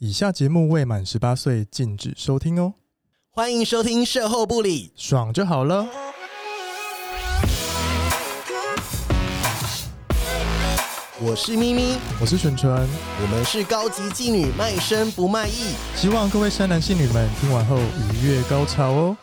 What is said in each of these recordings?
以下节目未满18岁禁止收听哦。 欢迎收听售后不理， 爽就好了。 我是咪咪， 我是纯纯， 我们是高级妓女，卖身不卖艺， 希望各位山男信女们听完后愉悦高潮哦。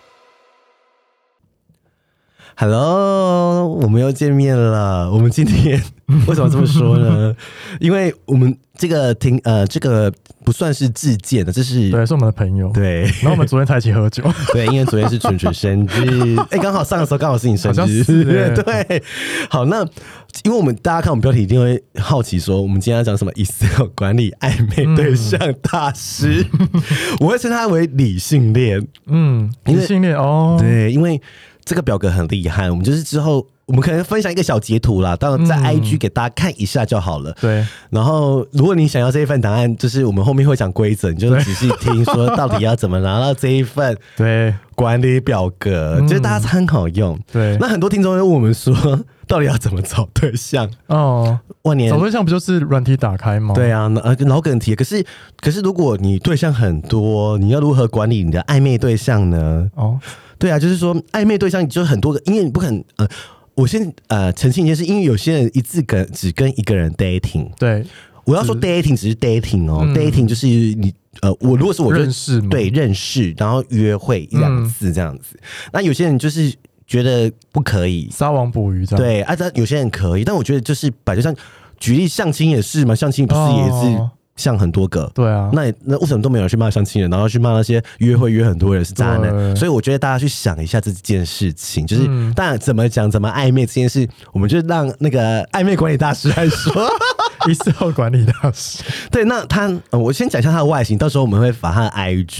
Hello， 我们又见面了。我们今天为什么这么说呢？因为我们这个这个不算是自荐的，这是对，是我们的朋友。 对， 然后我们昨天才一起喝酒。 对，因为昨天是纯纯生日，刚好上的时候刚好是你生日，对。好，那因为我们大家看我们标题一定会好奇说，我们今天要讲什么？Excel 管理暧昧对象大师，我会称他为理性恋。 理性恋哦， 对，因为这个表格很厉害，我们就是之后我们可能分享一个小截图啦，当然在 IG 给大家看一下就好了。对，然后如果你想要这一份档案，就是我们后面会讲规则，你就仔细听说到底要怎么拿到这一份对管理表格，就是大家参考用。对，那很多听众会问我们说，到底要怎么找对象？哦，万年找对象不就是软体打开吗？ 对啊，老梗题。可是如果你对象很多，你要如何管理你的暧昧对象呢？哦。对啊，就是说暧昧对象就很多个，因为你不可能我先澄清一件事，因为有些人一次只跟一个人 dating。对，我要说 dating 只是 dating 哦，dating 就是你我如果是我认识， 对，认识，然后约会2次这样子。那有些人就是觉得不可以， 撒网捕鱼这样。 对啊，但有些人可以，但我觉得就是就像举例相亲也是嘛，相亲不是也是。像很多个，对啊，那为什么都没有人去骂相亲人，然后去骂那些约会约很多人是渣男？所以我觉得大家去想一下这件事情，就是当然怎么讲怎么暧昧这件事，我们就让那个暧昧管理大师来说。 Excel 管理大师， 对，那我先讲一下他的外形，到时候我们会发他的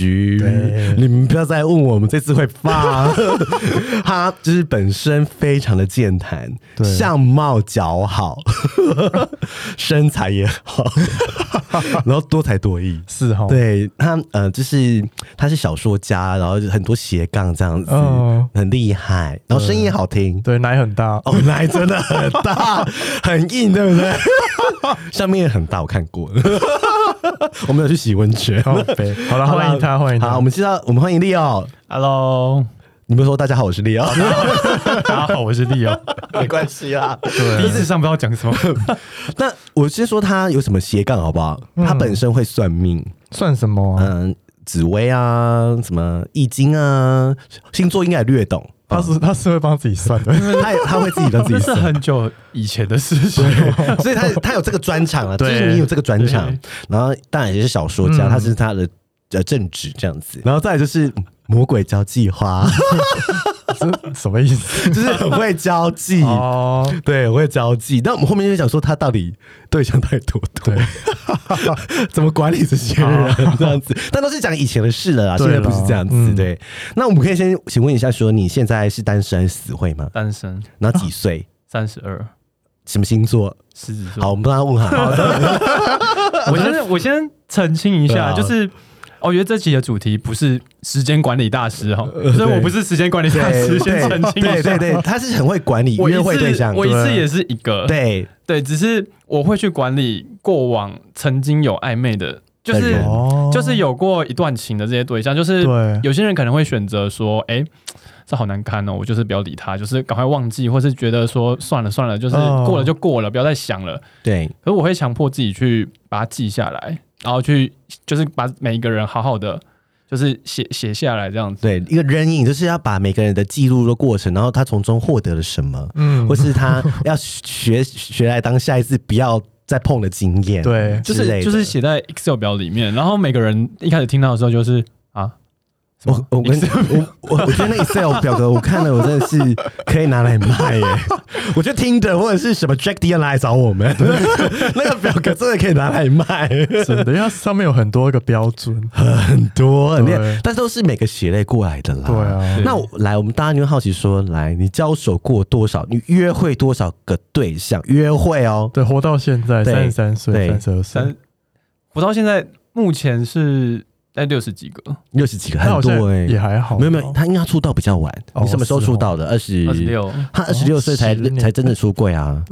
IG， 你们不要再问我们这次会发。他就是本身非常的健谈，相貌姣好，身材也好，然后多才多艺，是哈，对他就是他是小说家，然后很多斜杠这样子，很厉害，然后声音也好听， 对，奶很大哦，奶真的很大，很硬，对不对？上面也很大，我看过。我们有去洗温泉。好了，欢迎他，欢迎他。 好，我们欢迎 Leo。Hello， 你们说大家好，我是 Leo。 大家好，我是 Leo。 没关系啦， 第一次上不知道讲什么。 那我先说他有什么斜杠好不好？他本身会算命， 算什么？ 紫微啊，什么易经啊，星座应该也略懂。 他是会帮自己算的， 他会自己帮自己算， 是很久以前的事情， 所以他有这个专长啊，就是你有这个专长，然后当然也是小说家，他是他的正职这样子，然后再来就是魔鬼交际花。 什么意思？ 就是很会交际哦，对，很会交际。但我们后面就想说，他到底对象太多，怎么管理这些人这样子？但都是讲以前的事了啦，现在不是这样子。对，那我们可以先请问一下，说你现在是单身还是死会吗？ 单身。 然后几岁 ？32。 什么星座？ 狮子座。 好，我们帮他问好。 我先澄清一下，就是。我觉得这集的主题不是时间管理大师哈，所以我不是时间管理大师，先澄清一下。 对，他是很会管理约会对象， 我一次也是一个。对，只是我会去管理过往曾经有暧昧的，就是有过一段情的这些对象，就是有些人可能会选择说，这好难堪哦，我就是不要理他，就是赶快忘记，或是觉得说算了，就是过了就过了，不要再想了。对，可是我会强迫自己去把它记下来。然后去就是把每一个人好好的就是写下来这样子， 对，一个人影就是要把每个人的记录的过程，然后他从中获得了什么，或是他要学来当下一次不要再碰的经验， 对，就是写在 Excel 表里面，然后每个人一开始听到的时候就是我觉得那 Excel 表格我看了，我真的是可以拿来卖耶。我觉得Tinder或者是什么 Jack D 来找我们，那个表格真的可以拿来卖， 真的，因为它上面有很多个标准， 很多，但都是每个血泪过来的啦。对啊，那我们大家就会好奇说，来，你交手过多少？你约会多少个对象？约会哦， 对，活到现在33岁、32岁， 活到现在目前是。60几个， 很多也还好。 没有，他应该出道比较晚。你什么时候出道的？26，他26岁才真的出柜啊。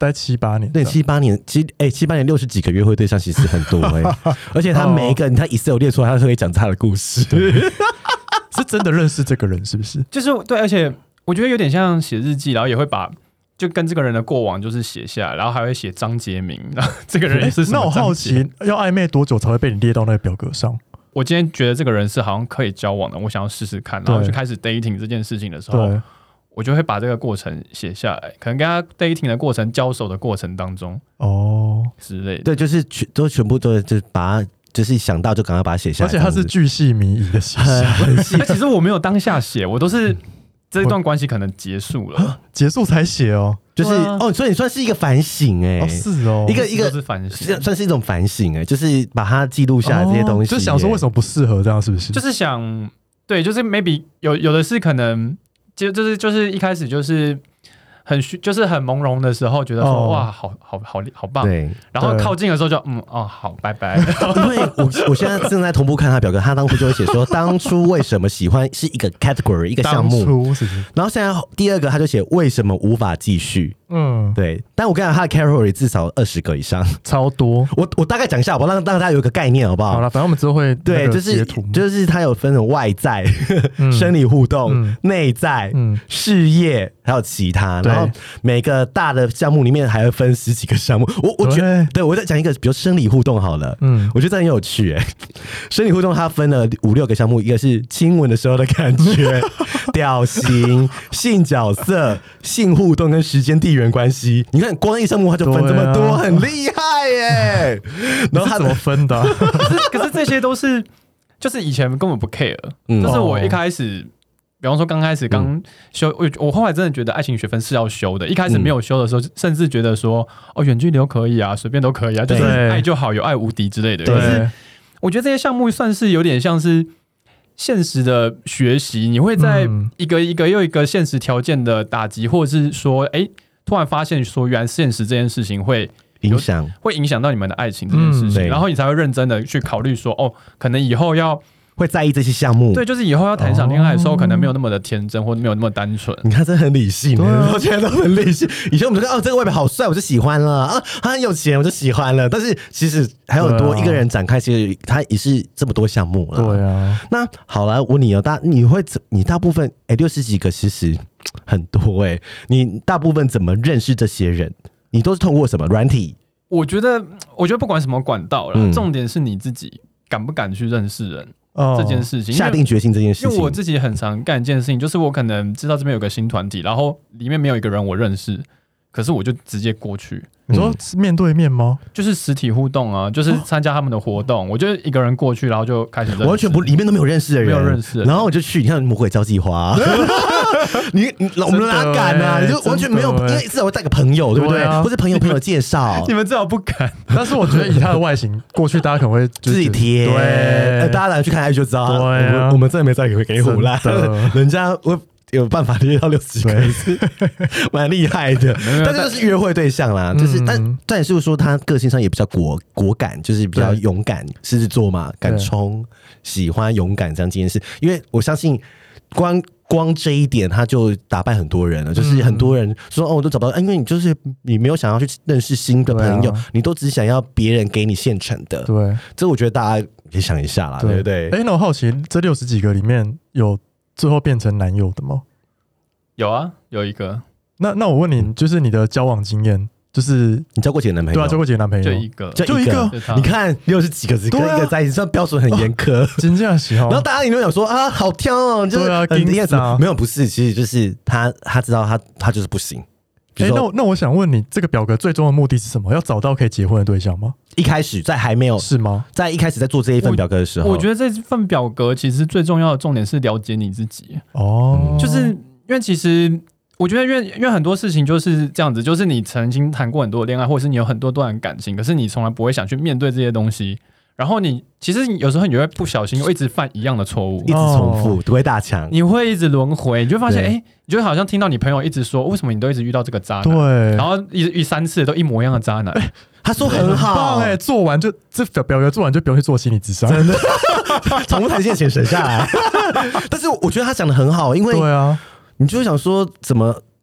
待7、8年， 对7、8年，其实7、8年60几个约会对象其实很多而且他每一个他Excel列出来，他都会讲他的故事， 是真的认识这个人是不是？ 就是对，而且我觉得有点像写日记，然后也会把就跟这个人的过往就是写下来，然后还会写章节名，然后这个人是什么？ 那我好奇，要暧昧多久才会被你列到那个表格上？ 我今天觉得这个人是好像可以交往的，我想要试试看，然后就开始 dating 这件事情的时候，我就会把这个过程写下来，可能跟他 dating 的过程、交手的过程当中之类的。 对，就是全部都就是把它就是想到就赶快把它写下来， 而且它是巨细靡遗的写下， 很细。 其实我没有当下写，我都是这段关系可能结束了， 结束才写哦。 就是所以你算是一个反省是哦， 一个是反省， 算是一种反省就是把它记录下来这些东西， 就想说为什么不适合这样，是不是？ 就是想对，就是 maybe 有的是可能就是一开始就是就是很朦胧的时候，觉得说哇，好棒， 对， 然后靠近的时候就好，拜拜。 因为我现在正在同步看他表格，他当初就会写说，当初为什么喜欢是一个 category 一个项目，然后现在第二个他就写为什么无法继续。对，但我跟你讲，他的 category 至少20个以上， 超多。我大概讲一下，好不好？让大家有一个概念，好不好？ 好了，反正我们之后会对，就是他有分成外在、生理互动、内在、事业，还有其他。然后每个大的项目里面还会分10几个项目。我觉得，对我再讲一个，比如生理互动好了，我觉得这很有趣生理互动它分了5、6个项目，一个是亲吻的时候的感觉、表情、性角色、性互动跟时间地缘关系。你看光一项目它就分这么多，很厉害耶！ 然后他怎么分的可是这些都是就是以前根本不 care，就是我一开始。比方说，刚开始修，我后来真的觉得爱情学分是要修的。一开始没有修的时候，甚至觉得说，远距离都可以啊，随便都可以啊，就是爱就好，有爱无敌之类的。可是我觉得这些项目算是有点像是现实的学习，你会在一个一个又一个现实条件的打击，或者是说，突然发现说，原来现实这件事情会影响到你们的爱情这件事情，然后你才会认真的去考虑说，可能以后会在意这些项目， 对，就是以后要谈一场恋爱的时候，可能没有那么的天真，或者没有那么单纯。 你看，这很理性，我现在都很理性。以前我们就说，这个外表好帅，我就喜欢了他很有钱，我就喜欢了。但是其实还有很多一个人展开，其实他也是这么多项目了。 对啊， 那好了，我问你你大部分60几个其实很多你大部分怎么认识这些人？你都是通过什么软体？ 我觉得不管什么管道啦，重点是你自己敢不敢去认识人。这件事情， 下定决心这件事情， 因为我自己很常干一件事情，就是我可能知道这边有个新团体，然后里面没有一个人我认识，可是我就直接过去。 你说面对面吗？ 就是实体互动啊，就是参加他们的活动，我就一个人过去，然后就开始认识， 完全不里面都没有认识的人， 没有认识的人， 然后我就去，你看魔鬼交际花，我们哪敢啊？你就完全没有，因为至少会带个朋友，对不对？或者朋友介绍， 你们至少不敢。 但是我觉得以他的外形过去，大家可能会自己贴，对，大家来去看 IG 就知道，我们真的没在给唬烂，人家会有办法列到60几个，是蛮厉害的。但这就是约会对象啦，就是但也是说他个性上也比较果敢，就是比较勇敢，狮子座嘛，敢冲，喜欢勇敢这样这件事。因为我相信光这一点，他就打败很多人了。就是很多人说我都找不到，因为你没有想要去认识新的朋友，你都只想要别人给你现成的。对，这我觉得大家可以想一下啦，对不对？ 那我好奇，这60几个里面有最后变成男友的吗？ 有啊，有一个。 那我问你，就是你的交往经验，就是你交过几个男朋友？ 对啊，交过几个男朋友？ 就一个。 你看60几个，跟一个在一起，算标准很严苛。 真这样喜欢。 然后大家一定会想说好挑哦，就是很厉害。没有，不是，其实就是他知道他就是不行。 那我想问你，这个表格最终的目的是什么？要找到可以结婚的对象吗？ 一开始在还没有是吗？ 在一开始在做这一份表格的时候， 我觉得这份表格其实最重要的重点是了解你自己。就是因为其实我觉得，因为很多事情就是这样子，就是你曾经谈过很多恋爱，或者是你有很多段感情，可是你从来不会想去面对这些东西。然后其实有时候你会不小心又一直犯一样的错误， 一直重复，堆大墙， 你会一直轮回，你就会发现，你就好像听到你朋友一直说，为什么你都一直遇到这个渣男？ 对， 然后3次都一模一样的渣男。 他说很好， 做完就这表格做完就不用去做心理咨商， 真的，宠物台线钱省下来。但是我觉得他讲的很好，因为对啊，你就会想说怎么。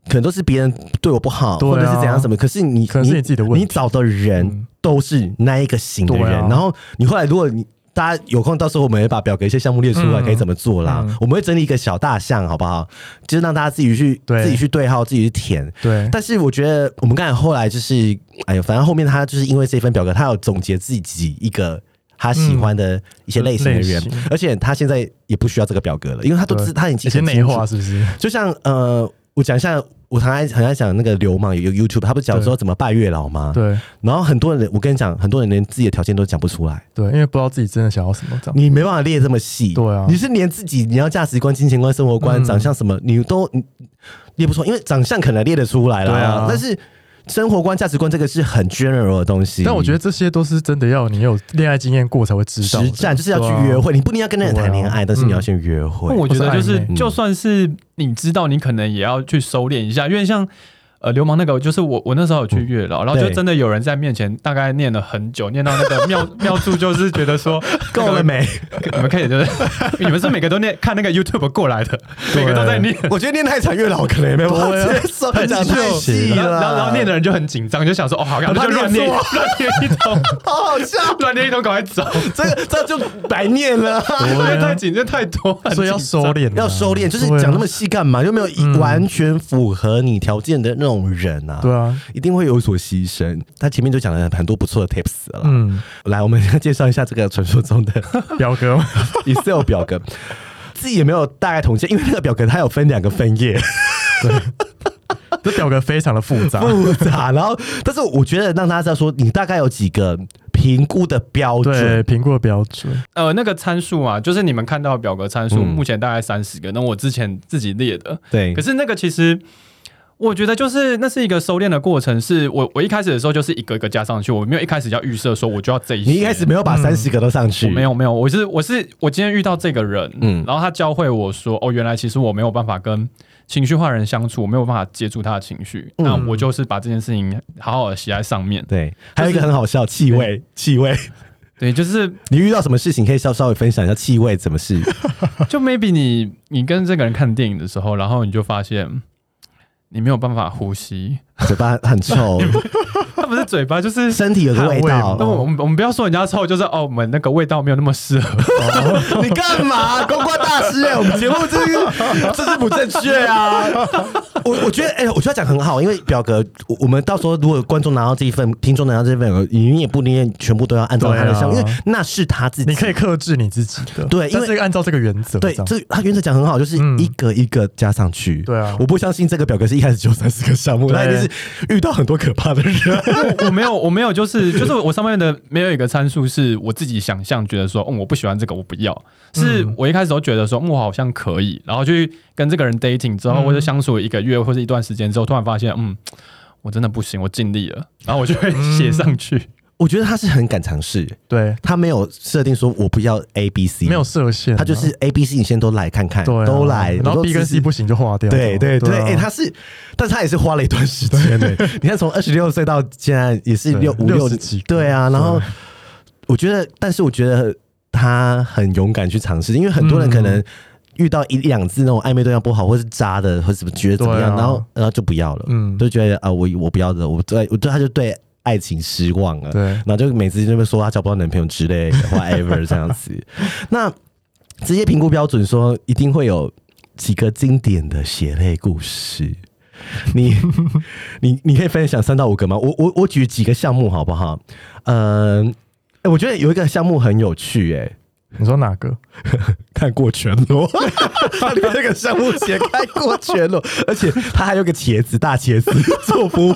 可能都是别人对我不好，或者是怎样什么。可是你可能是你自己的问题， 你找的人都是那一个型的人，然后你后来如果你。大家有空，到时候我们也把表格一些项目列出来，可以怎么做啦？我们会整理一个小大项，好不好？就是让大家自己去对号，自己去填。 对。 但是我觉得我们刚才后来就是，哎呦，反正后面他就是因为这份表格，他有总结自己一个他喜欢的一些类型的人，而且他现在也不需要这个表格了，因为他都他已经很内化，是不是？ 就像我讲一下。我很爱讲那个流氓有 YouTube， 他不是讲说怎么拜月老吗？ 对。 然后很多人，我跟你讲，很多人连自己的条件都讲不出来。 对，因为不知道自己真的想要什么， 你没办法列这么细。 对啊。 你是连自己你要价值观、金钱观、生活观、长相什么，你都列不出来，因为长相可能列得出来了，对啊，但是。生活观、价值观这个是很 general 的东西， 但我觉得这些都是真的要你有恋爱经验过才会知道。 实战就是要去约会，你不一定要跟那人谈恋爱，但是你要先约会。 我觉得就是，就算是你知道，你可能也要去收敛一下，因为像。流氓那个就是我那时候有去月老，然后就真的有人在面前大概念了很久，念到那个妙处，就是觉得说够了没？ 你们可以就是你们是每个都念看那个 YouTube 过来的，每个都在念。 我觉得念太长，月老可能也没办法接受，讲太细了。 然后念的人就很紧张，就想说哦，好，然后就乱念一通， 好好笑， 乱念一通，赶快走。 这就白念了， 因为太紧，这太多， 所以要收敛， 要收敛，就是讲那么细干嘛？又没有完全符合你条件的那种人啊， 对啊， 一定会有所牺牲。他前面就讲了很多不错的 tips 了。来，我们介绍一下这个传说中的表格 ，Excel 表格。自己也没有大概统计，因为那个表格它有分2个分页。 对。这表格非常的复杂， 然后，但是我觉得让大家知道说，你大概有几个评估的标准， 对，评估的标准。 那个参数啊，就是你们看到的表格参数，目前大概30个，那我之前自己列的， 对。 可是那个其实。我觉得就是那是一个收敛的过程，是我一开始的时候就是一个一个加上去，我没有一开始就要预设说我就要这一些。 你一开始没有把30个都上去？ 没有，我今天遇到这个人，然后他教会我说，哦，原来其实我没有办法跟情绪化人相处，我没有办法接触他的情绪，那我就是把这件事情好好的写在上面。 对，还有一个很好笑，气味。 对，就是你遇到什么事情可以稍微分享一下气味怎么事？ 就 maybe 你跟这个人看电影的时候，然后你就发现。你没有办法呼吸， 嘴巴很臭。 它不是嘴巴，就是身体有个味道。 那我们不要说人家臭，就是我们那个味道没有那么适合。 你干嘛？公关大师我们节目这是不正确啊！我觉得我觉得讲很好，因为表格我们到时候如果观众拿到这一份，听众拿到这一份，你也不一定全部都要按照他的项目，因为那是他自己， 你可以克制你自己的。 对，因为按照这个原则。 对，他原则讲很好，就是一个一个加上去。 对啊， 我不相信这个表格是一开始就30个项目，他一定是遇到很多可怕的人。 我没有，就是我上面的没有一个参数是我自己想象，觉得说，我不喜欢这个，我不要。是我一开始都觉得说，我好像可以，然后去跟这个人 dating 之后，或者相处1个月或者一段时间之后，突然发现，我真的不行，我尽力了，然后我就会写上去。 我觉得他是很敢尝试， 对， 他没有设定说我不要 A、B、C， 没有设限， 他就是 A、B、C， 你先都来看看，都来， 然后 B 跟 C 不行就划掉。 对，他是，但是他也是花了一段时间的。你看，从26岁到现在也是60几，对啊。然后但是我觉得他很勇敢去尝试，因为很多人可能遇到1、2次那种暧昧对象不好，或是渣的，或是觉得怎么样，然后就不要了，就觉得我不要的，我对他就对。爱情失望了， 对， 然后就每次就会说他交不到男朋友之类的，whatever 这样子。那这些评估标准说一定会有几个经典的血泪故事，你可以分享3到5个吗？我举几个项目好不好？我觉得有一个项目很有趣， 你说哪个？ 看过全裸，他里面那个项目写看过全裸，而且他还有个茄子，大茄子做服务。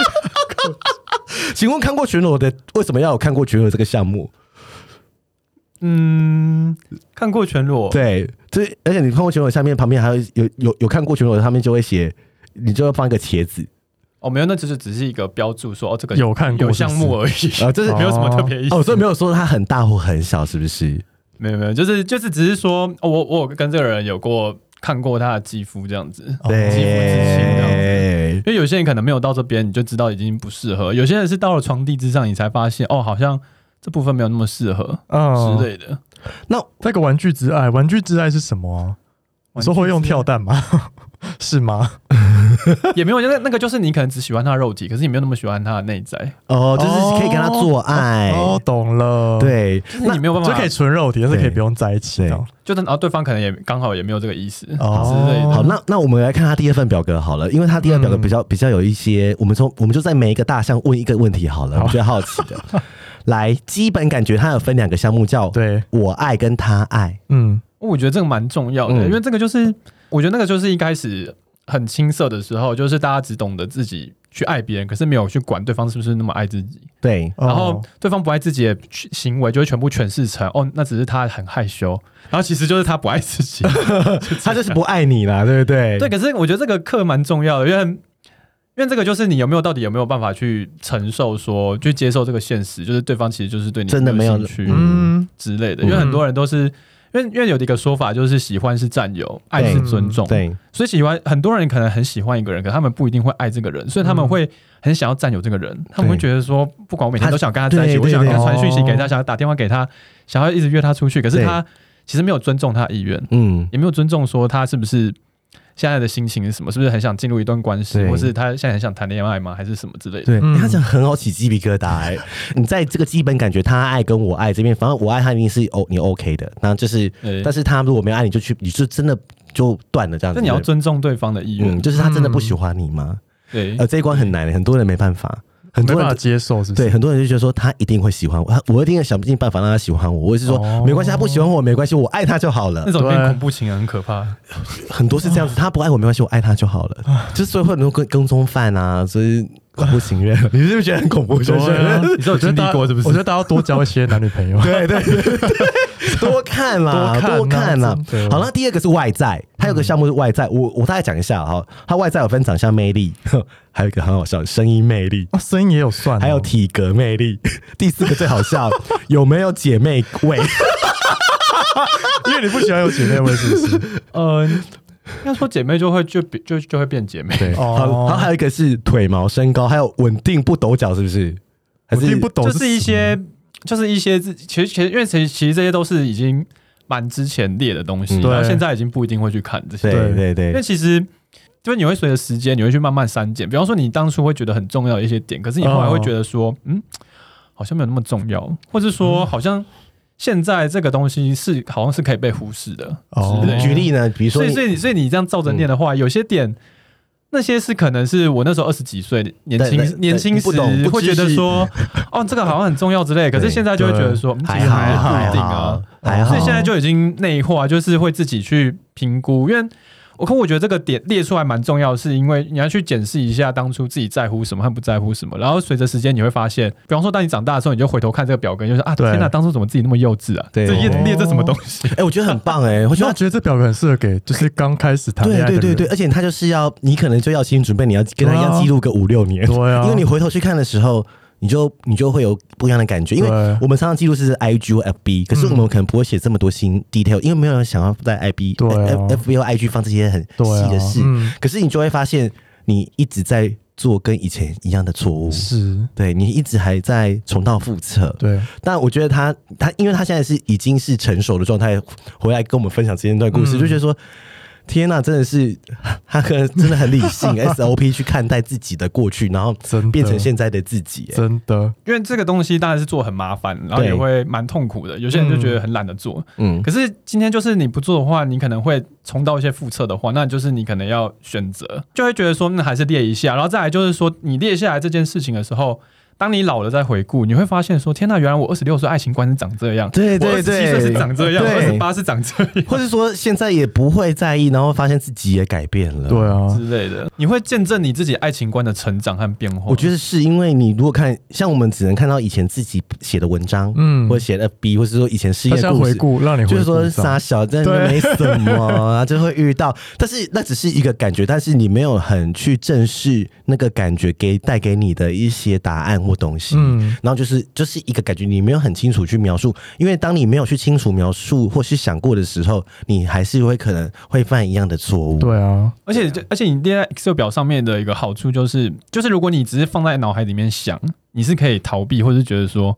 请问看过全裸的为什么要有看过全裸这个项目？ 看过全裸， 对，而且你看过全裸下面旁边还有看过全裸的，他们就会写，你就要放一个茄子。 没有，那只是一个标注说这个有看过有项目而已， 这是没有什么特别意思。 所以没有说它很大或很小，是不是？ 没有，就是只是说我有跟这个人有过看过他的肌肤这样子， 对， 肌肤之亲这样子。因为有些人可能没有到这边，你就知道已经不适合；有些人是到了床地之上，你才发现好像这部分没有那么适合之类的。 那那个玩具之爱是什么啊？你说会用跳蛋吗？是吗？ 也没有，那个就是你可能只喜欢他的肉体，可是你没有那么喜欢他的内在。 就是可以跟他做爱。 懂了。 对， 就是你没有办法， 就可以纯肉体，但是可以不用在一起。 就是对方可能也刚好也没有这个意思之类的。好，那我们来看他第二份表格好了，因为他第二表格比较有一些，我们就在每一个大项问一个问题好了，我觉得好奇的。来，基本感觉它有分2个项目，叫我爱跟他爱。 我觉得这个蛮重要的，因为这个就是我觉得那个就是一开始很青涩的时候，就是大家只懂得自己去爱别人，可是没有去管对方是不是那么爱自己。 对， 然后对方不爱自己的行为就会全部诠释成那只是他很害羞，然后其实就是他不爱自己， 他就是不爱你啦，对不对？ 对，可是我觉得这个课蛮重要的，因为这个就是你到底有没有办法去承受说去接受这个现实，就是对方其实就是对你真的没有兴趣之类的，因为很多人都是。因为有一个说法就是喜欢是占有，爱是尊重。 对， 所以很多人可能很喜欢一个人，可他们不一定会爱这个人，所以他们会很想要占有这个人。他们会觉得说，不管我每天都想跟他在一起，我想要传讯息给他，想要打电话给他，想要一直约他出去，可是他其实没有尊重他的意愿，也没有尊重说他是不是现在的心情是什么，是不是很想进入一段关系，或是他现在很想谈恋爱吗，还是什么之类的。 对，他讲很好起鸡皮疙瘩。你在这个基本感觉他爱跟我爱这边，反正我爱他一定是你 OK 的，那就是但是他如果没有爱你就真的就断了这样子。 那你要尊重对方的意愿， 就是他真的不喜欢你吗？ 对， 这一关很难，很多人没办法。很多人没办法接受，是不是？ 对，很多人就觉得说他一定会喜欢我，我一定要想尽办法让他喜欢我。我也是说，没关系，他不喜欢我没关系，我爱他就好了。 那种变恐怖情人很可怕， 很多是这样子，他不爱我没关系，我爱他就好了。就是所以会很多跟踪犯啊，所以恐怖情人，你是不是觉得很恐怖？对啊，你是有经历过是不是？ 我觉得大家多交一些男女朋友， 对，多看啦，多看啦。好，那第二个是外在，还有个项目是外在，我大概讲一下哈。它外在有分长相魅力，还有一个很好笑，声音魅力， 声音也有算， 还有体格魅力。第4个最好笑，有没有姐妹味？ 因为你不喜欢有姐妹味，是不是？ 要说姐妹就会变姐妹。 对，好，然后还有一个是腿毛、身高，还有稳定不抖脚，是不是？ 稳定不抖就是一些其实因为其实这些都是已经蛮之前列的东西，然后现在已经不一定会去看这些。 对， 因为其实就是你会随着时间，你会去慢慢删减。比方说你当初会觉得很重要的一些点，可是你后来会觉得说，好像没有那么重要，或者说好像。现在这个东西好像是可以被忽视的。 举例呢，比如说， 所以你这样照着念的话，有些点那些是可能是我那时候20几岁年轻时会觉得说，这个好像很重要之类，可是现在就会觉得说，其实还不一定啊，所以现在就已经内化，就是会自己去评估，因为。我觉得这个点列出来蛮重要的，是因为你要去检视一下当初自己在乎什么和不在乎什么，然后随着时间你会发现，比方说当你长大的时候，你就回头看这个表格，就是天哪，当初怎么自己那么幼稚啊？这列这什么东西？ 我觉得很棒我觉得这表格很适合给就是刚开始谈恋爱的人。 对，而且他就是你可能就要心理准备，你要跟他一样记录个5-6年， 对啊， 因为你回头去看的时候。你就会有不一样的感觉，因为我们常常记录是 IG 或 FB， 可是我们可能不会写这么多新 detail， 因为没有人想要在 FB 或 IG 放这些很细的事。可是你就会发现，你一直在做跟以前一样的错误，对你一直还在重蹈覆辙。 对， 但我觉得他，因为他现在已经是成熟的状态，回来跟我们分享这段故事，就觉得说。天哪，真的是他可能真的很理性SOP 去看待自己的过去，然后变成现在的自己。 真的， 因为这个东西当然是做很麻烦，然后也会蛮痛苦的。有些人就觉得很懒得做，可是今天就是你不做的话，你可能会重蹈一些覆辙的话，那就是你可能要选择，就会觉得说那还是列一下，然后再来就是说你列下来这件事情的时候。当你老了再回顾，你会发现说：“天哪，原来我26岁爱情观是长这样， 对， 我27岁是长这样，我28是长这样， 或者说现在也不会在意，然后发现自己也改变了， 对啊之类的。你会见证你自己爱情观的成长和变化。 我觉得是因为你如果看，像我们只能看到以前自己写的文章，或者写的 FB， 或者说以前失业故事， 让你回顾就是说傻小，真的没什么啊，就会遇到，但是那只是一个感觉，但是你没有很去正视那个感觉带给你的一些答案或东西。然后就是一个感觉，你没有很清楚去描述，因为当你没有去清楚描述或是想过的时候，你还是可能会犯一样的错误。 对啊， 而且你列在 Excel 表上面的一个好处就是如果你只是放在脑海里面想，你是可以逃避，或是觉得说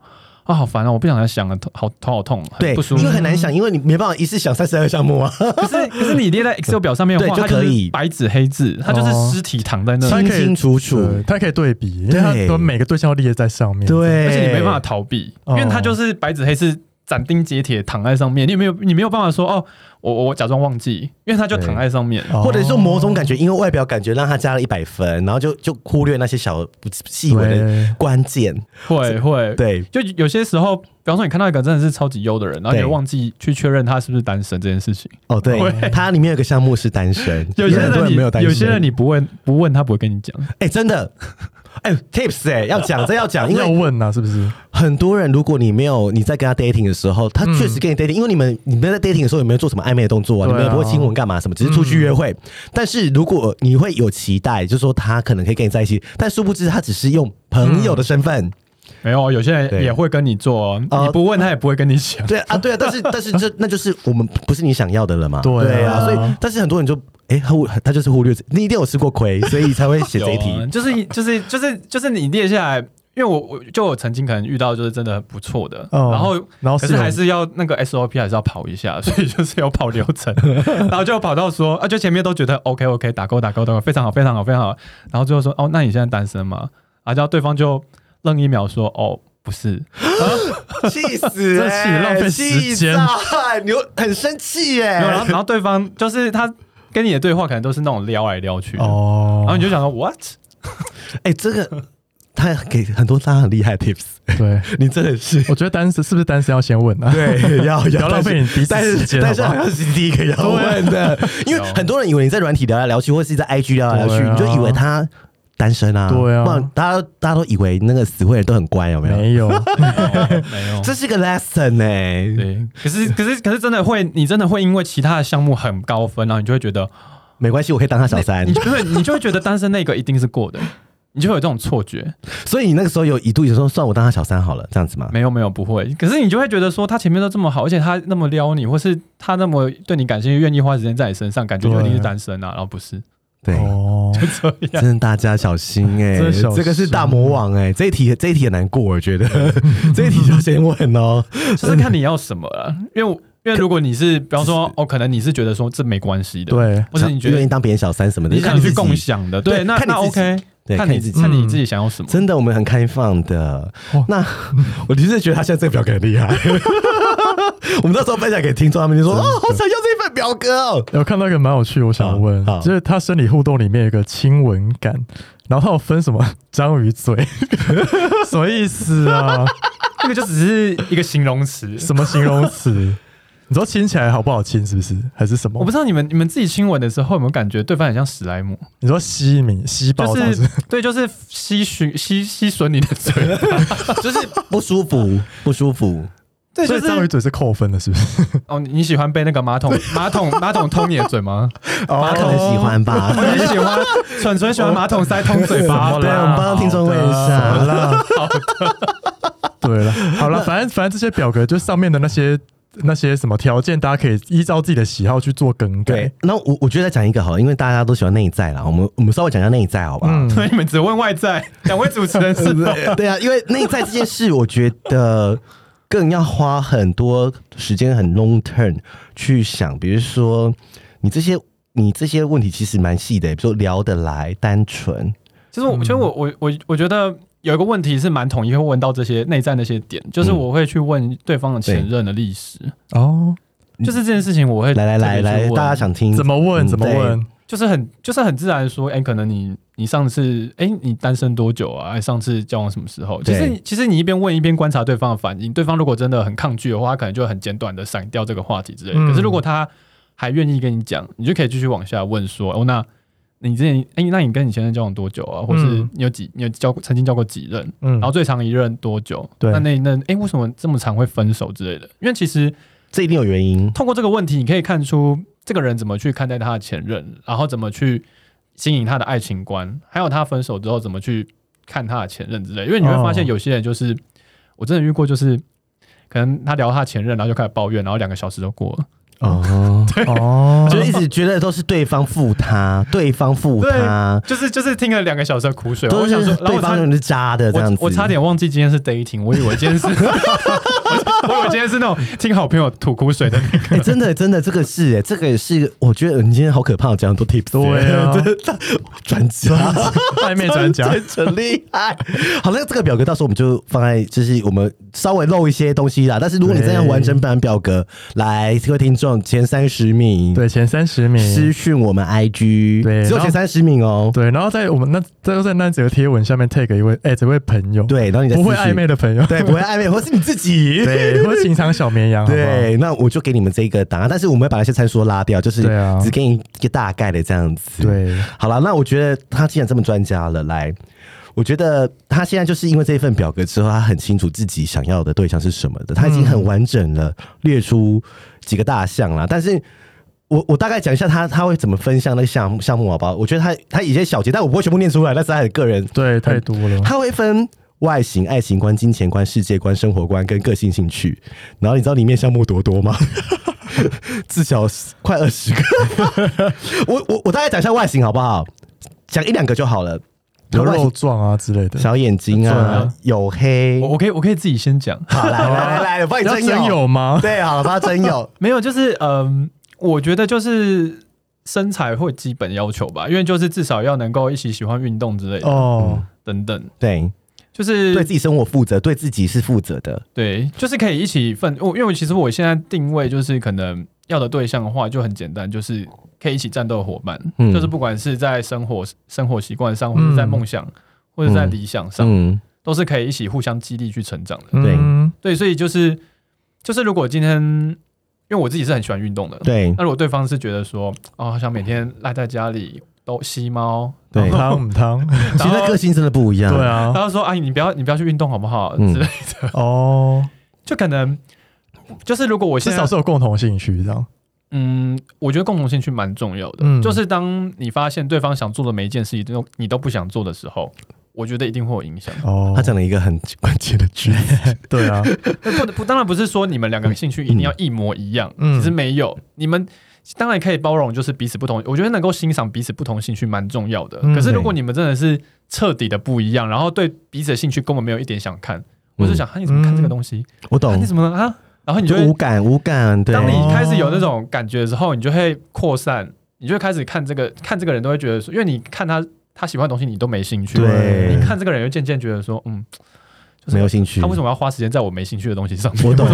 啊，好烦啊！我不想再想了，头好痛， 对， 不舒服。 因为很难想，因为你没办法一次想32项目啊。 可是你列在 Excel 表上面的话， 对，就可以白纸黑字，它就是尸体躺在那， 清清楚楚， 它可以对比，因为它每个对象都列在上面， 对， 而且你没办法逃避，因为它就是白纸黑字。斩钉截铁躺在上面，你没有办法说哦，我假装忘记，因为他就躺在上面， 或者是某种感觉，因为外表感觉让他加了100分，然后就忽略那些小细微的关键， 会对， 就有些时候，比方说你看到一个真的是超级优的人，然后你忘记去确认他是不是单身这件事情。 哦，对，他里面有个项目是单身， 有些人没有单身，有些人你不问他不会跟你讲， 真的。tips 要讲，这要讲，因为要问啊，是不是？ 很多人，如果你在跟他 dating 的时候，他确实跟你 dating，因为你们在 dating 的时候有没有做什么暧昧的动作啊？你们也不会亲吻干嘛什么，只是出去约会。但是如果你会有期待，就是说他可能可以跟你在一起，但殊不知他只是用朋友的身份。 没有，有些人也会跟你做，你不问他也不会跟你讲。 对啊，但是那就是我们不是你想要的了嘛？对啊，所以但是很多人就他就是忽略，你一定有吃过亏，所以才会写这一题。 就是你列下来，因为我曾经可能遇到就是真的很不错的，然后可是还是要那个 SOP 还是要跑一下，所以就是要跑流程，然后就跑到说就前面都觉得 OK 打勾非常好，然后最后说那你现在单身吗？然后对方就愣1秒说不是， 气死， 浪费时间， 你很生气耶。 然后对方就是他跟你的对话可能都是那种撩来撩去的，然后你就想说 what？ 这个他给很多大家很厉害的 tips， 对你真的是， 我觉得单身是不是单身要先问啊？ 对，要浪费你彼此时间， 但是好像是第一个要问的，因为很多人以为你在软体聊来聊去，或是在 IG 聊来聊去，你就以为他单身啊，对啊，大家都以为那个死会人都很乖，有没有？ 没有， 这是个 lesson 对，可是真的会，你真的会因为其他的项目很高分，然后你就会觉得没关系，我可以当他小三， 你就会觉得单身那个一定是过的，你就会有这种错觉。 所以你那个时候有一度说，算我当他小三好了，这样子吗？ 没有，不会。可是你就会觉得说，他前面都这么好，而且他那么撩你，或是他那么对你感兴趣，愿意花时间在你身上，感觉就一定是单身啊，然后不是。 对， 就这样， 真的大家小心这个是大魔王这一题很难过，我觉得这一题就先问就是看你要什么了，因为如果你是比方说可能你是觉得说这没关系的， 对， 或者你觉得愿意当别人小三什么的， 你想去共享的，对，那 OK， 看你自己想要什么。 真的，我们很开放的。那我其实觉得他现在这个表格很厉害。我们到时候分享给听众，他们就说好想要这份表格我看到一个蛮有趣，我想问，就是他生理互动里面有一个亲吻感，然后他有分什么章鱼嘴，什么意思啊？ 那个就只是一个形容词， 什么形容词？你说亲起来好不好亲，是不是？还是什么？ 我不知道你们自己亲吻的时候有没有感觉对方很像史莱姆？ 你说吸爆， 对，就是吸吮你的嘴， 就是不舒服。 对，所以章鱼嘴是扣分的，是不是？ 你喜欢被那个马桶通你的嘴吗？ 可能喜欢吧。 你喜欢纯喜欢马桶塞通嘴巴？ 对，我们帮听众问一下。 好的，对了，好了，反正这些表格就上面的那些什么条件，大家可以依照自己的喜好去做更改。 对，那我觉得再讲一个好了，因为大家都喜欢内在啦，我们稍微讲一下内在，好不好？ 所以你们只问外在，两位主持人是吗？ 对啊，因为内在这件事，我觉得更要花很多时间，很 long term 去想。比如说，你这些问题其实蛮细的，比如说聊得来、单纯。 其实我觉得。有一个问题是蛮统一会问到这些内在那些点，就是我会去问对方的前任的历史就是这件事情我会来，大家想听怎么问？ 就是很自然说，可能你上次你单身多久啊？上次交往什么时候？其实你一边问一边观察对方的反应，对方如果真的很抗拒的话，他可能就很简短的闪掉这个话题之类的。可是如果他还愿意跟你讲，你就可以继续往下问说，那你之前那你跟你前任交往多久啊？或是你有曾经交过几任？然后最长一任多久？对，那为什么这么长会分手之类的？因为其实这一定有原因。 通过这个问题，你可以看出这个人怎么去看待他的前任，然后怎么去经营他的爱情观，还有他分手之后怎么去看他的前任之类的。因为你会发现有些人就是我真的遇过，就是可能他聊他前任，然后就开始抱怨，然后2个小时都过了。 就一直觉得都是对方负他，对方负他， 就是听了2个小时的苦水。 我想说，对方是渣的这样子。 我差点忘记今天是 dating， 我以为今天是，我以为今天是那种听好朋友吐苦水的那个。 真的，这个是，我觉得你今天好可怕，讲很多 tips。 对啊， 专家， 暧昧专家， 真厉害。好，那这个表格到时候我们就放在，就是我们稍微漏一些东西啦。但是如果你真的要完整版表格，来，各位听众前30名， 对，前30名私讯我们 IG， 对， 只有前30名哦。 对，然后在我们在那几个贴文下面 tag 一位这位朋友， 对，然后你不会暧昧的朋友， 对，不会暧昧，或是你自己， 对，或是情场小绵羊， 对，那我就给你们这个档案，但是我们会把那些参数拉掉，就是只给你一个大概的这样子。 对， 好了，那我觉得他既然这么专家了，来。我觉得他现在就是因为这份表格之后，他很清楚自己想要的对象是什么的，他已经很完整了，列出几个大项啦。但是我大概讲一下他会怎么分项那个项目好不好？我觉得他有些小节，但我不会全部念出来，但是他的个人对太多了。他会分外形、爱情观、金钱观、世界观、生活观跟个性兴趣。然后你知道里面项目多吗？至少快20个。我大概讲一下外形好不好？讲1-2个就好了。 有肉壮啊之类的， 小眼睛啊，黝黑。 我可以自己先讲。 好，来，我帮你真有吗？ 对，好，帮他真有。 没有，就是我觉得就是身材会基本要求吧，因为就是至少要能够一起喜欢运动之类的等等。 对，就是对自己生活负责，对自己是负责的。 对，就是可以一起因为其实我现在定位就是可能要的对象的话就很简单，就是可以一起战斗的伙伴，就是不管是在生活习惯上，或者在梦想，或者在理想上，都是可以一起互相激励去成长的。对，所以就是如果今天，因为我自己是很喜欢运动的， 对， 那如果对方是觉得说，好像每天赖在家里都吸猫， 对， 汤， 其实个性真的不一样， 对啊。 然后说，你不要去运动好不好之类的，就可能就是如果我至少是有共同兴趣这样。 我觉得共同兴趣蛮重要的，就是当你发现对方想做的每一件事情你都不想做的时候，我觉得一定会有影响。 他讲了一个很关键的句子， 对啊， 当然不是说你们2个兴趣一定要一模一样，其实没有，你们当然可以包容，就是彼此不同。我觉得能够欣赏彼此不同兴趣蛮重要的。可是如果你们真的是彻底的不一样，然后对彼此的兴趣根本没有一点想看，我就想，你怎么看这个东西？ 我懂， 你怎么啊？然后你就无感。对， 当你开始有那种感觉的时候，你就会扩散，你就会开始看这个人都会觉得说，因为你看他喜欢的东西你都没兴趣， 对， 你看这个人就渐渐觉得说，就是没有兴趣， 他为什么要花时间在我没兴趣的东西上面？ 我懂。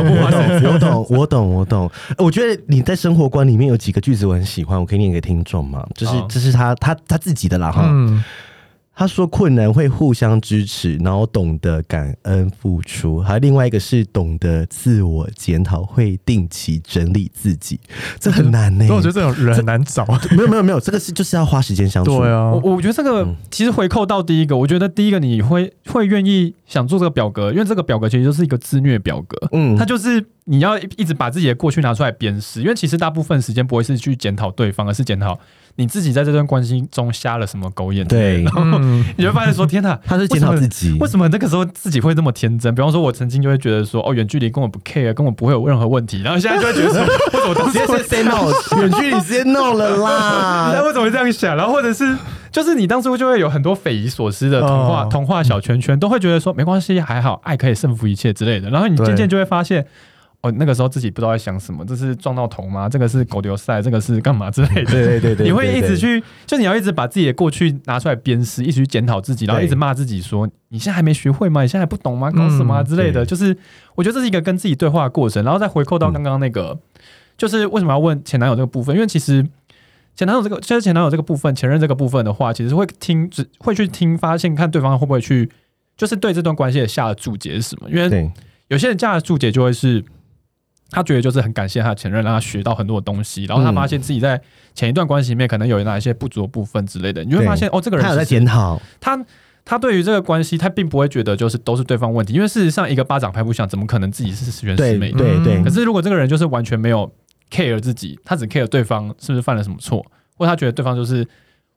我觉得你在生活观里面有几个句子我很喜欢，我可以念给听众嘛，就是这是他自己的啦哈。他说困难会互相支持，然后懂得感恩付出，还有另外一个是懂得自我检讨，会定期整理自己，这很难呢。 我觉得这种人很难找。 没有，这个就是要花时间相处。 对啊， 我觉得这个其实回扣到第一个，我觉得第一个你会愿意想做这个表格，因为这个表格其实就是一个自虐表格，它就是你要一直把自己的过去拿出来鞭尸，因为其实大部分时间不会是去检讨对方，而是检讨你自己在这段关系中瞎了什么狗眼。 对， 然后你就会发现说，天哪， 他是检讨自己， 为什么那个时候自己会这么天真？比方说，我曾经就会觉得说，远距离根本不 care， 根本不会有任何问题，然后现在就会觉得说，为什么当时直接 say no， 远距离直接 no 了啦？ 你为什么会这样想？然后或者是，就是你当初就会有很多匪夷所思的童话小圈圈，都会觉得说没关系，还好，爱可以胜服一切之类的。然后你渐渐就会发现。那个时候自己不知道在想什么，这是撞到头吗？这个是狗丢赛，这个是干嘛之类的。对，你会一直去，就你要一直把自己的过去拿出来鞭尸，一直去检讨自己，然后一直骂自己说：“你现在还没学会吗？你现在还不懂吗？搞什么之类的。”就是我觉得这是一个跟自己对话的过程，然后再回扣到刚刚那个，就是为什么要问前男友这个部分？因为其实前男友这个部分，前任这个部分的话，其实会去听，发现看对方会不会去，就是对这段关系的下的注解是什么？因为有些人下的注解就会是。他觉得就是很感谢他的前任，让他学到很多的东西，然后他发现自己在前一段关系里面可能有哪一些不足的部分之类的，你就会发现这个人他有在检讨， 他对于这个关系，他并不会觉得就是都是对方问题，因为事实上一个巴掌拍不响，怎么可能自己是原始美？ 对。 可是如果这个人就是完全没有 care 自己，他只 care 对方是不是犯了什么错，或者他觉得对方就是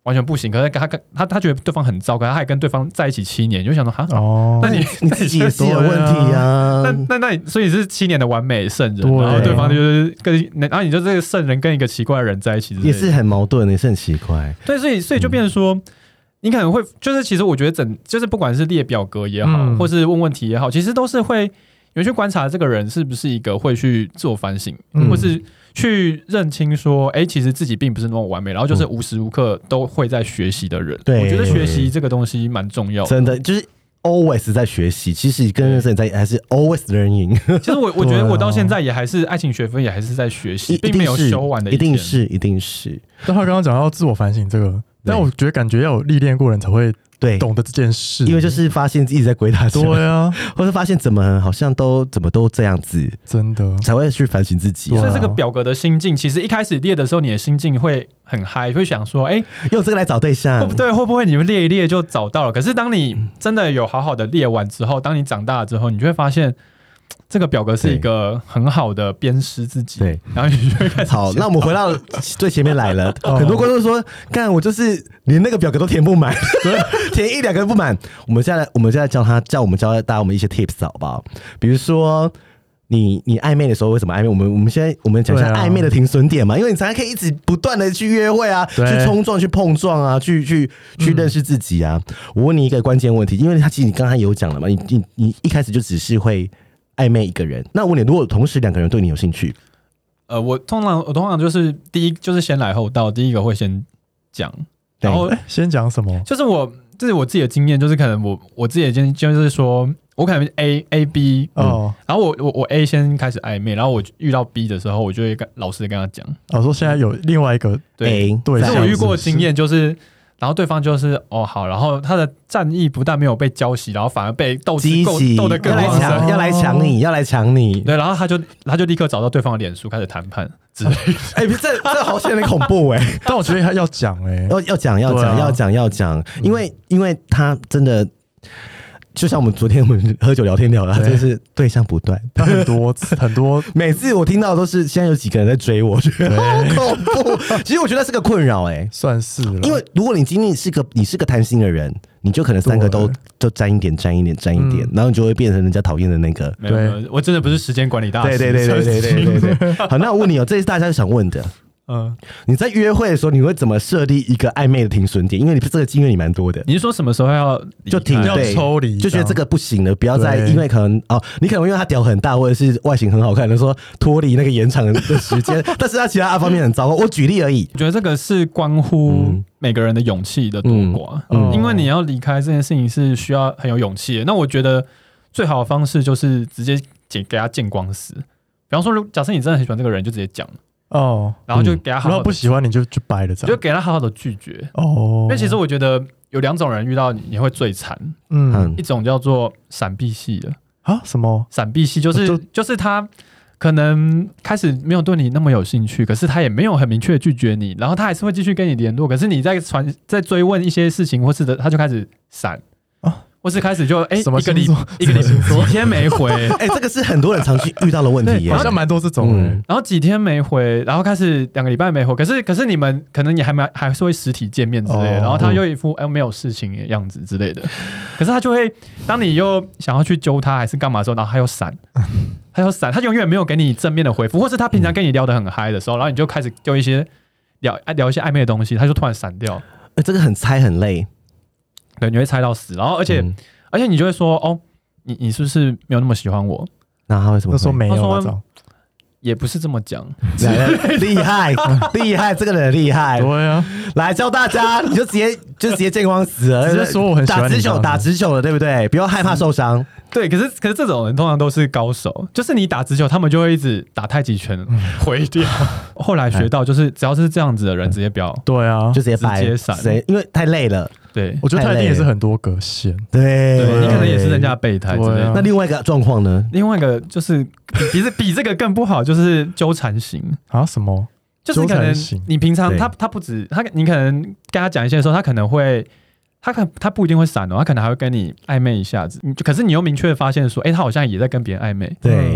完全不行，可是他觉得对方很糟，可是他还跟对方在一起7年，就想说哈，那你自己也是有问题啊。 那你所以是7年的完美圣人，然后对方就是然后你就这个圣人跟一个奇怪的人在一起， 也是很矛盾，也是很奇怪。 对，所以就变成说。你可能会就是其实我觉得就是不管是列表格也好，或是问问题也好，其实都是会有去观察这个人是不是一个会去自我反省，或是去认清说，其实自己并不是那么完美，然后就是无时无刻都会在学习的人。对，我觉得学习这个东西蛮重要的， 真的就是 always 在学习。其实跟认识人在还是 always learning。 其实我觉得我到现在也还是爱情学分也还是在学习，并没有修完的一天。 一定是。 但他刚刚讲到自我反省这个。但我觉得感觉要有历练过人才会懂得这件事， 因为就是发现自己在鬼打墙， 对啊， 或是发现好像怎么都这样子， 真的才会去反省自己。 所以这个表格的心境，其实一开始列的时候，你的心境会很嗨，会想说， 用这个来找对象， 对，会不会你们列一列就找到了？可是当你真的有好好的列完之后，当你长大了之后，你就会发现。这个表格是一个很好的鞭尸自己，对，然后你就会开始。 好，那我们回到最前面来了。很多观众说，干我就是连那个表格都填不满，填1-2个不满。我们现在教大家我们一些 tips 好不好？比如说你暧昧的时候为什么暧昧？我们讲一下暧昧的停损点嘛，因为你才可以一直不断的去约会啊，去冲撞、去碰撞啊，去认识自己啊。我问你一个关键问题，因为其实你刚才有讲了嘛，你一开始就只是会。暧昧一个人，那我问你，如果同时2个人对你有兴趣， 我通常就是第一就是先来后到，第一个会先讲，然后先讲什么？ 就是这是我自己的经验，就是可能我自己的经验就是说，我可能 A B 然后我 A 先开始暧昧，然后我遇到 B 的时候，我就会老实的跟他讲， 说现在有另外一个 A， 对，是我遇过的经验就是。然后对方就是好，然后他的战意不但没有被浇熄，然后反而被斗得更旺盛， 要来抢你， 对，然后他就立刻找到对方的脸书开始谈判之类的。 这好像有点恐怖但我觉得他要讲要讲，因为他真的。就像昨天我们喝酒聊天聊的，真是对象不断， 很多， 每次我听到都是现在有几个人在追我，觉得好恐怖。其实我觉得是个困扰， 算是了。 因为如果你今天你是个贪心的人，你就可能3个都沾一点，然后你就会变成人家讨厌的那个。 没有，我真的不是时间管理大师。 对。好，那我问你这是大家想问的。你在约会的时候，你会怎么设立一个暧昧的停损点？因为你这个经验你蛮多的。 你是说什么时候要抽离？ 就觉得这个不行了，不要再因为可能你可能因为他屌很大，或者是外形很好看，说脱离那个延长的时间，但是他其他方面很糟糕。我举例而已。 我觉得这个是关乎每个人的勇气的多寡，因为你要离开这件事情是需要很有勇气的。那我觉得最好的方式就是直接给他见光死。比方说，假设你真的很喜欢这个人，就直接讲。然后就给他好好的， 然后不喜欢你就掰了， 就给他好好的拒绝。因为其实我觉得有2种人遇到你会最惨，一种叫做闪避系的什么？闪避系就是他可能开始没有对你那么有兴趣，可是他也没有很明确的拒绝你，然后他还是会继续跟你联络，可是你在追问一些事情或是的，他就开始闪。或是开始就一个礼几天没回， 这个是很多人常去遇到的问题耶， 好像蛮多这种人。 然后几天没回，然后开始2个礼拜没回，可是你们可能你还是会实体见面之类的，然后他又一副没有事情的样子之类的，可是他就会当你又想要去揪他还是干嘛的时候，然后他又闪，他永远没有给你正面的回复，或是他平常跟你聊得很嗨的时候，然后你就开始丢一些聊一些暧昧的东西，他就突然闪掉， 这个很猜很累。 对，你会猜到死，然后而且你就会说你是不是没有那么喜欢我？ 那他为什么说没有？ 也不是这么讲， 厉害，这个人厉害。 对啊， 来教大家，你就直接见光死了， 直接说我很喜欢你， 打直球了，对不对？不要害怕受伤。 对，可是这种人通常都是高手，就是你打直球，他们就会一直打太极拳回掉。后来学到就是只要是这样子的人，直接不要， 对啊， 就直接闪，因为太累了。 对， 我觉得他一定也是很多个线， 对你可能也是人家的备胎之类的。 那另外一个状况呢？ 另外一个就是比这个更不好，就是纠缠型什么？ 就是可能你平常他不止你可能跟他讲一些的时候，他可能会他不一定会闪他可能还会跟你暧昧一下子。可是你又明确的发现说，他好像也在跟别人暧昧。 对。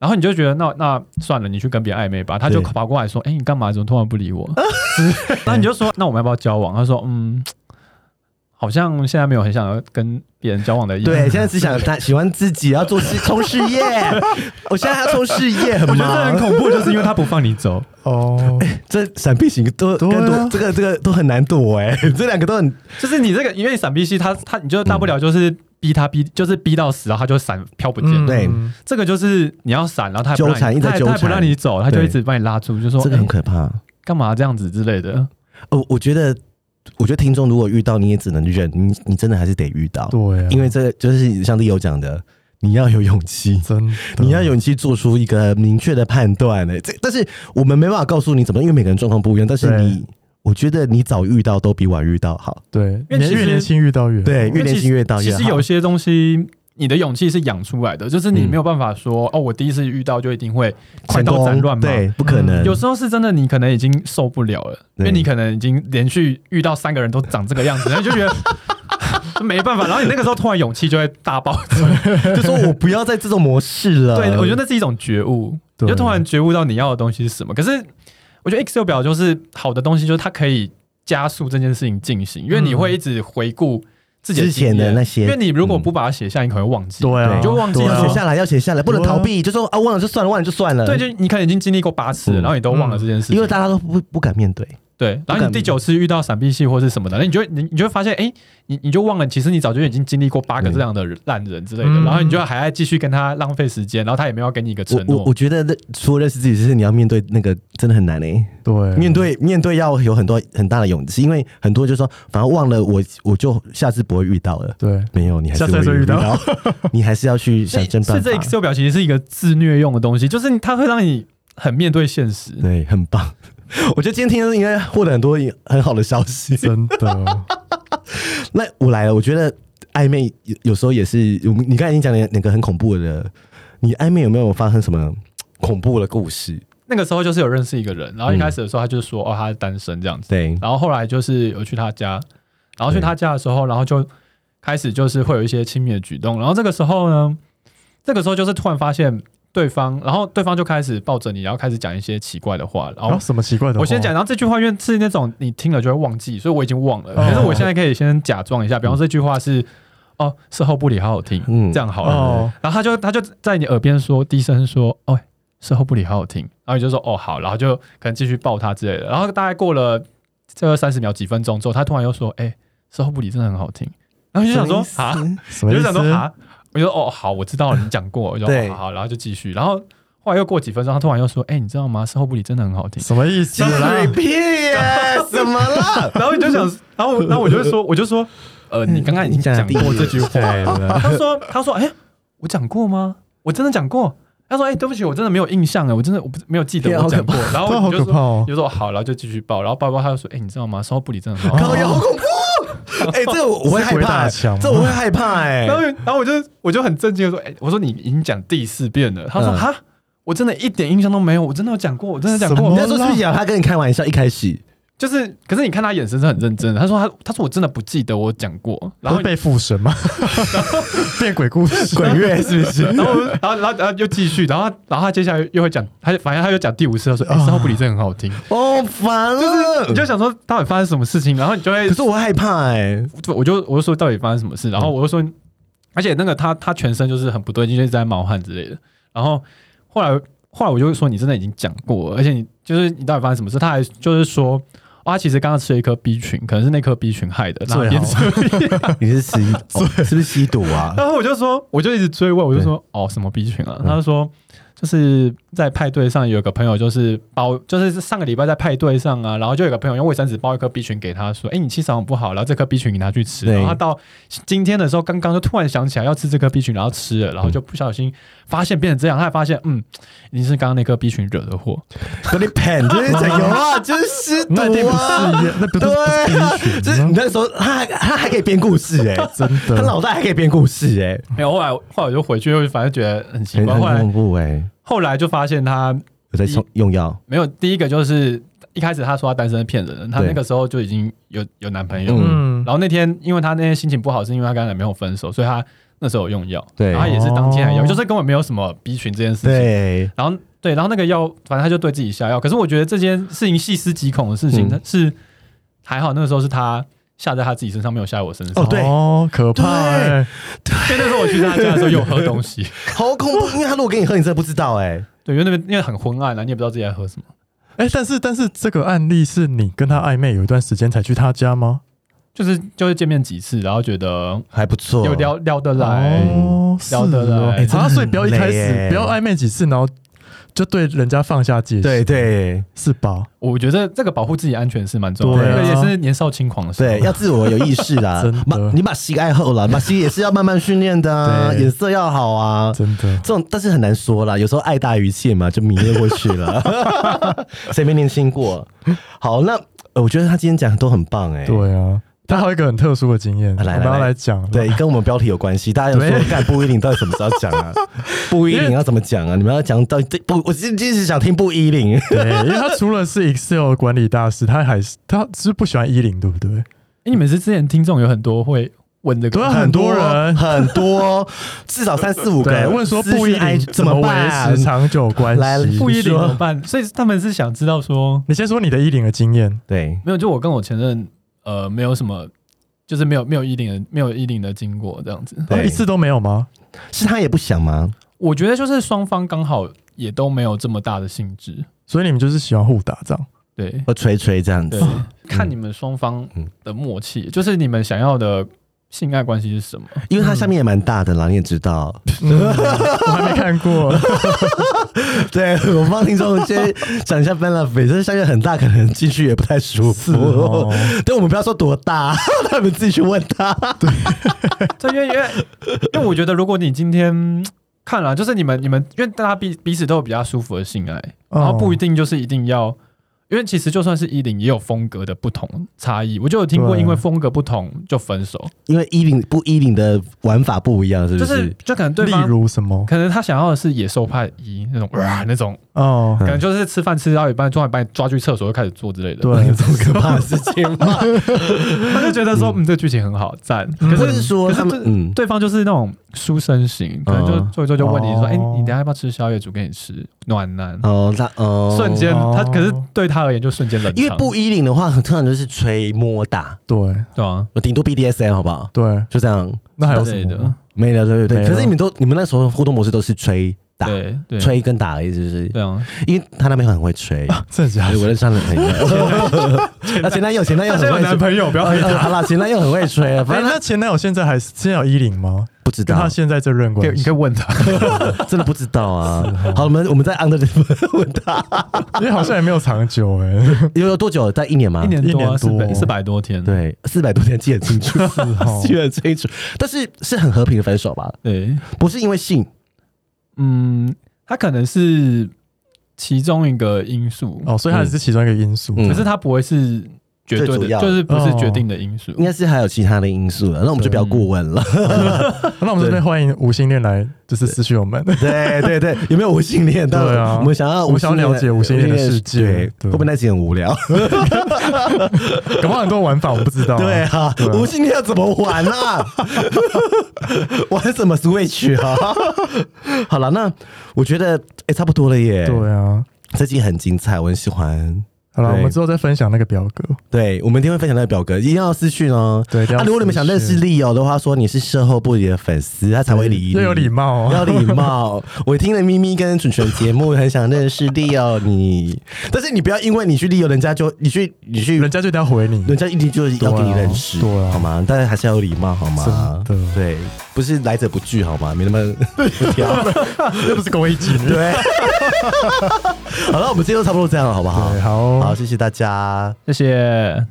然后你就觉得那算了，你去跟别人暧昧吧。他就跑过来说：“你干嘛？怎么突然不理我？”然后你就说：“那我们要不要交往？”他说：“好像现在没有很想要跟别人交往的意思。” 对，现在只想喜欢自己，要冲事业。我现在还要冲事业，很忙。 我觉得很恐怖，就是因为他不放你走。 这闪避型都这个都很难躲这两个都很， 就是你这个，因为闪避系你就大不了就是就是逼到死，然后他就闪飘不见。 对， 这个就是你要闪，然后他纠缠，他不让你走，他就一直把你拉住，就说这个很可怕， 干嘛这样子之类的。 我觉得听众如果遇到，你也只能忍，你真的还是得遇到。 对， 因为这就是像Leo讲的，你要有勇气， 真的， 你要有勇气做出一个明确的判断。但是我们没办法告诉你怎么，因为每个人状况不一样。但是我觉得你早遇到都比晚遇到好。 对，越年轻遇到越好。 对，越年轻越到越好。 其实有些东西，你的勇气是养出来的，就是你没有办法说我第一次遇到就一定会快刀斩乱麻。 对，不可能。 有时候是真的，你可能已经受不了了，因为你可能已经连续遇到3个人都长这个样子，然后就觉得没办法。然后你那个时候突然勇气就会大爆就说我不要在这种模式了。 对，我觉得那是一种觉悟，你就突然觉悟到你要的东西是什么。可是我觉得 Excel 表就是好的东西，就是它可以加速这件事情进行，因为你会一直回顾自己之前的那些， 因为你如果不把它写下，你可能会忘记。 对啊， 你就忘记了。 要写下来，不能逃避。就说忘了就算了，忘了就算了。 对，就你可能已经经历过8次了，然后你都忘了这件事情， 因为大家都不敢面对。 对，然后你第9次遇到闪避系或是什么的，你就会发现，你就忘了，其实你早就已经经历过8个这样的烂人之类的，然后你就还在继续跟他浪费时间，然后他也没有给你一个承诺。 我觉得除了认识自己，就是你要面对那个真的很难对， 面对要有很大的勇气，因为很多人就说，反正忘了我就下次不会遇到了。 对， 没有，你还是会遇到，你还是要去想真办法。 这 Excel 表其实是一个自虐用的东西，就是它会让你很面对现实。 对，很棒。我觉得今天听应该获得很多很好的消息， 真的。 那我来了，我觉得暧昧有时候也是，你刚才已经讲了2个很恐怖的，你暧昧有没有发生什么恐怖的故事？ 那个时候就是有认识一个人，然后一开始的时候他就说他是单身这样子， 对， 然后后来就是有去他家，然后去他家的时候，然后就开始就是会有一些亲密的举动，然后这个时候就是突然发现对方，然后对方就开始抱着你，然后开始讲一些奇怪的话，然后什么奇怪的话？ 我先讲，然后这句话因为是那种你听了就会忘记，所以我已经忘了。可是我现在可以先假装一下，比方说这句话是事后不理好好听，这样好了。然后他就在你耳边说，低声说事后不理好好听，然后你就说好，然后就可能继续抱他之类的。然后大概过了这30秒几分钟之后，他突然又说事后不理真的很好听，然后就想说我就想说我就说好，我知道了，你讲过，我就好，然后就继续，然后后来又过几分钟，他突然又说，你知道吗？事后不理真的很好听， 什么意思？ 屁耶，什么了？ 然后你就想，然后我就说，你刚刚已经讲过这句话了。他说，我讲过吗？我真的讲过。他说，对不起，我真的没有印象我真的没有记得我讲过。然后我就说好，然后就继续抱，然后抱他就说，你知道吗？事后不理真的很好听。 好恐怖！这个我会害怕，这我会害怕然后我就很震惊的说，我说你已经讲第4遍了。他说哈，我真的一点印象都没有，我真的有讲过，我真的讲过。 你在说是不是讲他跟你开玩笑？一开始就是，可是你看他眼神是很认真的。他说我真的不记得我讲过。然后被附身吗？变鬼故事、 鬼月是不是？ 然后又继续，然后他接下来又会讲，反正他又讲第5次，他说事后不理真的很好听。 烦了， 就是你就想说到底发生什么事情，然后你就会， 可是我害怕我就说到底发生什么事，然后我就说，而且那个他全身就是很不对劲，就是在冒汗之类的。然后后来我就说你真的已经讲过了，而且你到底发生什么事？他还就是说。他其实刚刚吃了一颗 B 群，可能是那颗 B 群害的，然后变成你是是不是吸毒啊？ 然后我就一直追问，我就说什么 B 群啊？他就说就是在派对上有个朋友就是上个礼拜在派对上啊，然后就有个朋友用卫生纸包一颗 B 群给他说，你气色不好，然后这颗 B 群你拿去吃，然后他到今天的时候刚刚就突然想起来要吃这颗 B 群，然后吃了，然后就不小心发现变成这样，他还发现一定是刚刚那颗 B 群惹的祸。 跟你骗，就是讲有啊，就是吸毒啊， 那不是 B 群， 就是你那时候他还可以编故事真的， 他脑袋还可以编故事没有，后来我就回去，反正觉得很奇怪， 很恐怖后来就发现他有在用药， 没有。第一个就是一开始他说他单身是骗人的，他那个时候就已经有男朋友，然后那天因为他那天心情不好，是因为他跟他男朋友分手，所以他那时候有用药， 对， 然后也是当天还药，就是根本没有什么 B 群这件事情。 对， 然后那个药，反正他就对自己下药。可是我觉得这件事情细思极恐的事情，是还好那个时候是他下在他自己身上，没有下在我身上。 对， 可怕欸。 对，那时候我去他家的时候又喝东西， 好恐怖。因为他如果给你喝，你真的不知道对，因为很昏暗啊，你也不知道自己在喝什么。 但是这个案例是你跟他暧昧有一段时间才去他家吗？ 就是见面几次，然后觉得还不错， 有聊得来，聊得来。 所以不要一开始不要暧昧几次，然后就对人家放下戒心， 对， 是吧？ 我觉得这个保护自己安全是蛮重要的，也是年少轻狂的时候， 对，要自我有意识啦。 真的， 你把戏爱后了，把戏也是要慢慢训练的啊，颜色要好啊， 真的。 这种但是很难说啦，有时候爱大于一切嘛，就迷恋过去了。谁没年轻过？好，那我觉得他今天讲的都很棒对啊。他还有一个很特殊的经验，我们要来讲。 对，跟我们标题有关系。大家有说干不一定到底什么时候讲啊？不一定要怎么讲啊？你们要讲到底不？我其实想听不一定。 对，因为他除了是 Excel 管理大师，他是不喜欢10，对不对？ 你们是之前听众有很多会问这个， 对，很多人很多，至少3、4、5个问说不10怎么维持长久关系？ 不10怎么办？所以他们是想知道说， 你先说你的10的经验。 对， 没有，就我跟我前任。没有什么，就是没有10的经过这样子， 一次都没有吗？ 是他也不想吗？ 我觉得就是双方刚好也都没有这么大的兴致， 所以你们就是喜欢互打仗， 对， 或吹这样子， 看你们双方的默契，就是你们想要的性爱关系是什么？ 因为它下面也蛮大的啦，你也知道， 我还没看过。 对，我帮听众先讲一下 benefit， 就是下面很大，可能进去也不太舒服。但我们不要说多大，他们自己去问他。 对，因为我觉得，如果你今天看了，就是你们，因为大家彼此都有比较舒服的性爱，然后不一定就是一定要。因为其实就算是10也有风格的不同差异，我就有听过因为风格不同就分手， 因为10的玩法不一样，是不是？ 就可能对方例如什么， 可能他想要的是野兽派1那种可能就是吃饭吃到一半，突然把你抓去厕所就开始做之类的， 对，这种可怕的事情嘛。 他就觉得说，这个剧情很好，赞。可是说他们， 对方就是那种书生型，可能就做一做就问你说，你等一下要不要吃宵夜煮给你吃，暖男瞬间他可是对他而言就瞬间冷场。 因为不10的话，通常就是吹摸打， 对啊，我顶多 BDSM 好不好？ 对， 就这样。 那还有什么？ 没了，对。可是你们那时候互动模式都是吹打， 对， 吹跟打的意思就是， 对啊， 因为他那边很会吹， 真的假的？ 我认识他的朋友，前男友很会吹， 男朋友不要好啦，前男友很会吹， 反正他前男友现在有10吗？ 不知道， 他现在这任关系， 你可以问他， 真的不知道啊。好，我们在 under 问他， 因为好像也没有长久有多久？在1年吗？1 年多，400多天， 对，400多天记得清楚，记得清楚。但是很和平的分手吧？ 对， 不是因为性， 他可能是其中一个因素所以他只是其中一个因素， 可是他不会是。绝对的，就是不是决定的因素， 应该是还有其他的因素了。那我们就不要过问了。 那我们这边欢迎无性恋来，就是私讯我们。 对，有没有无性恋？ 对啊， 我们想要了解无性恋的世界， 会不会那集很无聊？ 搞不好很多玩法我不知道。 对啊，无性恋要怎么玩啊？玩什么 Switch 啊？好了，那我觉得差不多了耶。 对啊， 这集很精彩，我很喜欢。 好了，我们之后再分享那个表格。 对，我们一定会分享那个表格，一定要私讯哦。 对， 如果你们想认识Leo的话，说你是售后部里的粉丝，他才会理你。 要有礼貌， 要礼貌。我听了咪咪跟蠢蠢节目，很想认识Leo你，但是你不要因为你去Leo，人家就你去， 人家就一定要回你， 人家一定就是要跟你认识，好吗？但是还是要有礼貌，好吗？ 真的， 对，不是来者不拒，好吗？没那么不挑， 又不是公益金。 对。好了，我们今天就差不多这样了，好不好？好，谢谢大家， 谢谢。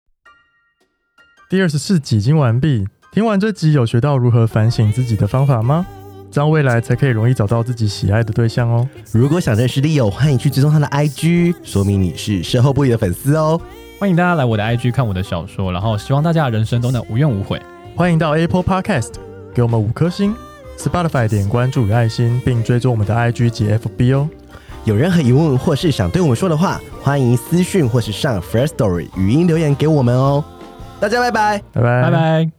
第24集已经完毕，听完这集有学到如何反省自己的方法吗？这样未来才可以容易找到自己喜爱的对象哦。 如果想认识Leo，欢迎去追踪他的 IG， 说明你是售后部里的粉丝哦。 欢迎大家来我的 IG 看我的小说，然后希望大家的人生都能无怨无悔。 欢迎到 Apple Podcast 给我们5颗星， Spotify 点关注与爱心，并追踪我们的 IG 及 FB 哦。 有任何疑问或是想对我们说的话，欢迎私讯或是上 Firstory 语音留言给我们哦。大家拜拜， 拜拜， 拜拜。